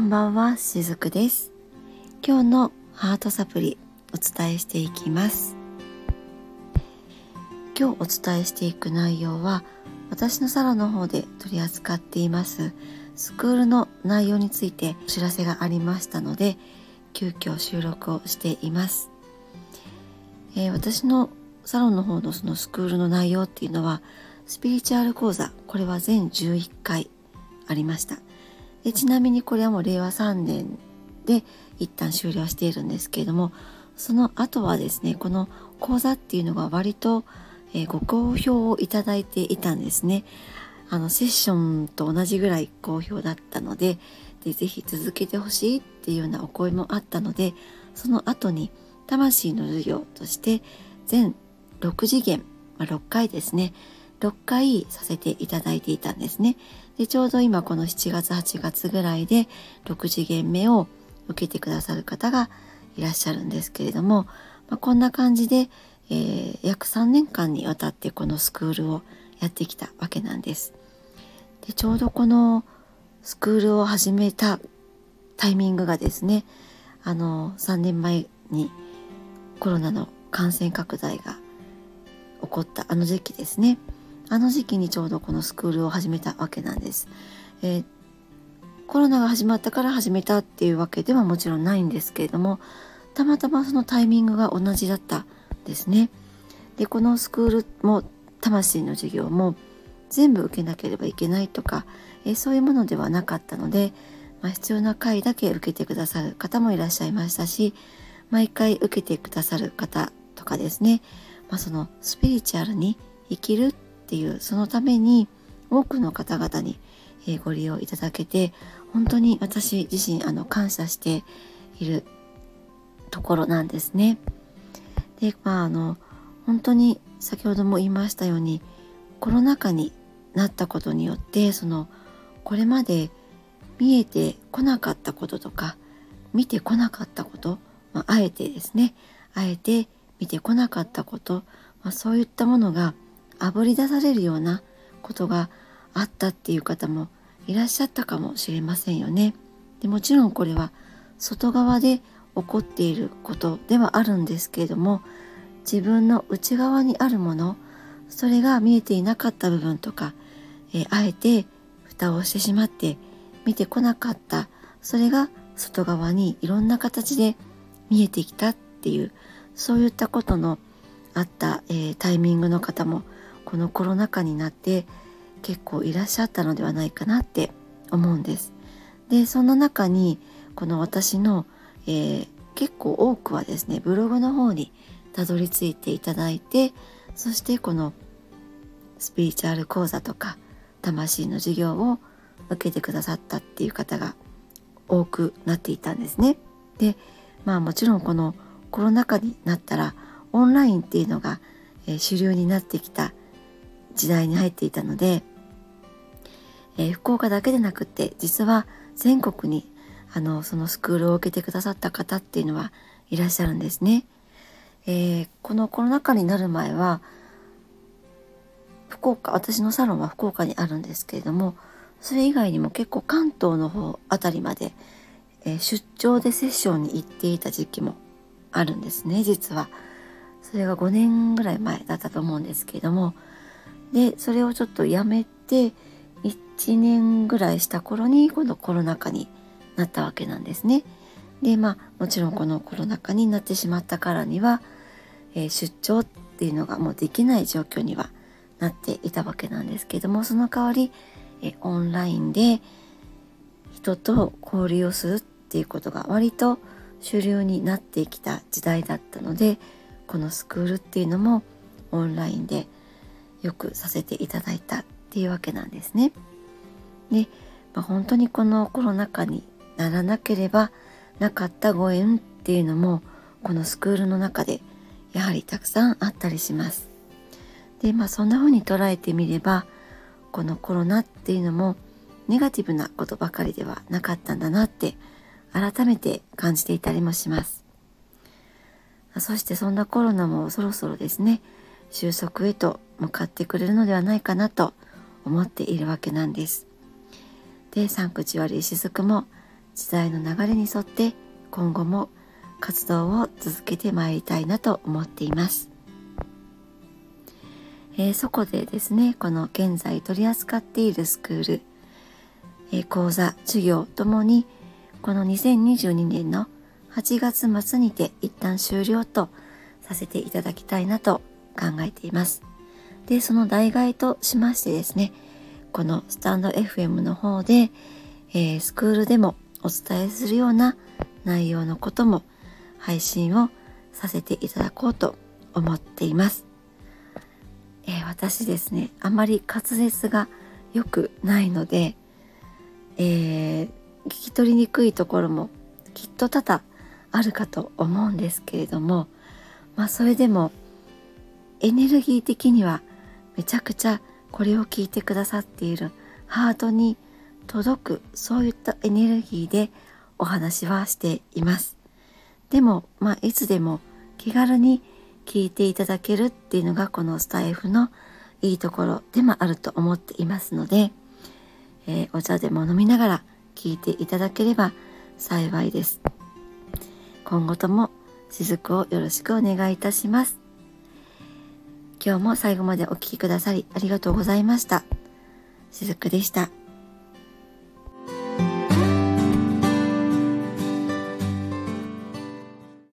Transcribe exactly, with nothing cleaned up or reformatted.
んばんは、しずくです。今日のハートサプリお伝えしていきます。今日お伝えしていく内容は、私のサロンの方で取り扱っていますスクールの内容についてお知らせがありましたので、急遽収録をしています。えー、私のサロンの方のそのスクールの内容っていうのは、スピリチュアル講座、これは全じゅういっかいありました。でちなみにこれはもうれいわさんねんで一旦終了しているんですけれども、その後はですね、この講座っていうのが割と、えー、ご好評をいただいていたんですね。あのセッションと同じぐらい好評だったので、でぜひ続けてほしいっていうようなお声もあったので、その後に魂の授業として全ろくじげん、まあ、ろっかいですね、ろっかいさせていただいていたんですね。でちょうど今このしちがつはちがつぐらいでろくじげんめを受けてくださる方がいらっしゃるんですけれども、まあ、こんな感じで、えー、約さんねんかんにわたってこのスクールをやってきたわけなんです。でちょうどこのスクールを始めたタイミングがですね、あのさんねんまえにコロナの感染拡大が起こったあの時期ですね。あの時期にちょうどこのスクールを始めたわけなんです。えー、コロナが始まったから始めたっていうわけではもちろんないんですけれども、たまたまそのタイミングが同じだったんですね。でこのスクールも魂の授業も全部受けなければいけないとか、えー、そういうものではなかったので、まあ、必要な回だけ受けてくださる方もいらっしゃいましたし、毎回受けてくださる方とかですね、まあ、そのスピリチュアルに生きるっていうそのために多くの方々にご利用いただけて、本当に私自身あの感謝しているところなんですね。で、まああの本当に先ほども言いましたように、コロナ禍になったことによって、そのこれまで見えてこなかったこととか見てこなかったこと、まあ、あえてですねあえて見てこなかったこと、まあ、そういったものがあぶり出されるようなことがあったっていう方もいらっしゃったかもしれませんよね。でもちろんこれは外側で起こっていることではあるんですけれども、自分の内側にあるもの、それが見えていなかった部分とか、えー、あえて蓋をしてしまって見てこなかった、それが外側にいろんな形で見えてきたっていう、そういったことのあった、えー、タイミングの方もこのコロナ禍になって結構いらっしゃったのではないかなって思うんです。でそんな中にこの私の、えー、結構多くはですね、ブログの方にたどり着いていただいて、そしてこのスピリチュアル講座とか魂の授業を受けてくださったっていう方が多くなっていたんですね。でまあもちろんこのコロナ禍になったらオンラインっていうのが、えー、主流になってきた時代に入っていたので、えー、福岡だけでなくて実は全国にあのそのスクールを受けてくださった方っていうのはいらっしゃるんですね。えー、このコロナ禍になる前は福岡、私のサロンは福岡にあるんですけれども、それ以外にも結構関東の方あたりまで、えー、出張でセッションに行っていた時期もあるんですね。実はそれがごねんぐらい前だったと思うんですけれども、でそれをちょっとやめていちねんぐらいした頃にこのコロナ禍になったわけなんですね。でまあもちろんこのコロナ禍になってしまったからには、えー、出張っていうのがもうできない状況にはなっていたわけなんですけれども、その代わり、えー、オンラインで人と交流をするっていうことが割と主流になってきた時代だったので、このスクールっていうのもオンラインでよくさせていただいたっていうわけなんですね。で、まあ、本当にこのコロナ禍にならなければなかったご縁っていうのもこのスクールの中でやはりたくさんあったりします。で、まあそんな風に捉えてみれば、このコロナっていうのもネガティブなことばかりではなかったんだなって改めて感じていたりもします。そしてそんなコロナもそろそろですね、収束へと向かってくれるのではないかなと思っているわけなんです。で、サンクチュアリーしずくも時代の流れに沿って今後も活動を続けてまいりたいなと思っています。えー、そこでですね、この現在取り扱っているスクール、えー、講座、授業ともにこのにせんにじゅうにねんのはちがつ末にて一旦終了とさせていただきたいなと考えています。で、その代替としましてですね、このスタンド エフエム の方で、えー、スクールでもお伝えするような内容のことも配信をさせていただこうと思っています。えー、私ですね、あまり滑舌が良くないので、えー、聞き取りにくいところもきっと多々あるかと思うんですけれども、まあそれでもエネルギー的にはめちゃくちゃこれを聞いてくださっているハートに届く、そういったエネルギーでお話はしています。でも、まあいつでも気軽に聞いていただけるっていうのがこのスタイフのいいところでもあると思っていますので、えー、お茶でも飲みながら聞いていただければ幸いです。今後ともしずくをよろしくお願いいたします。今日も最後までお聞きくださりありがとうございました。しずくでした。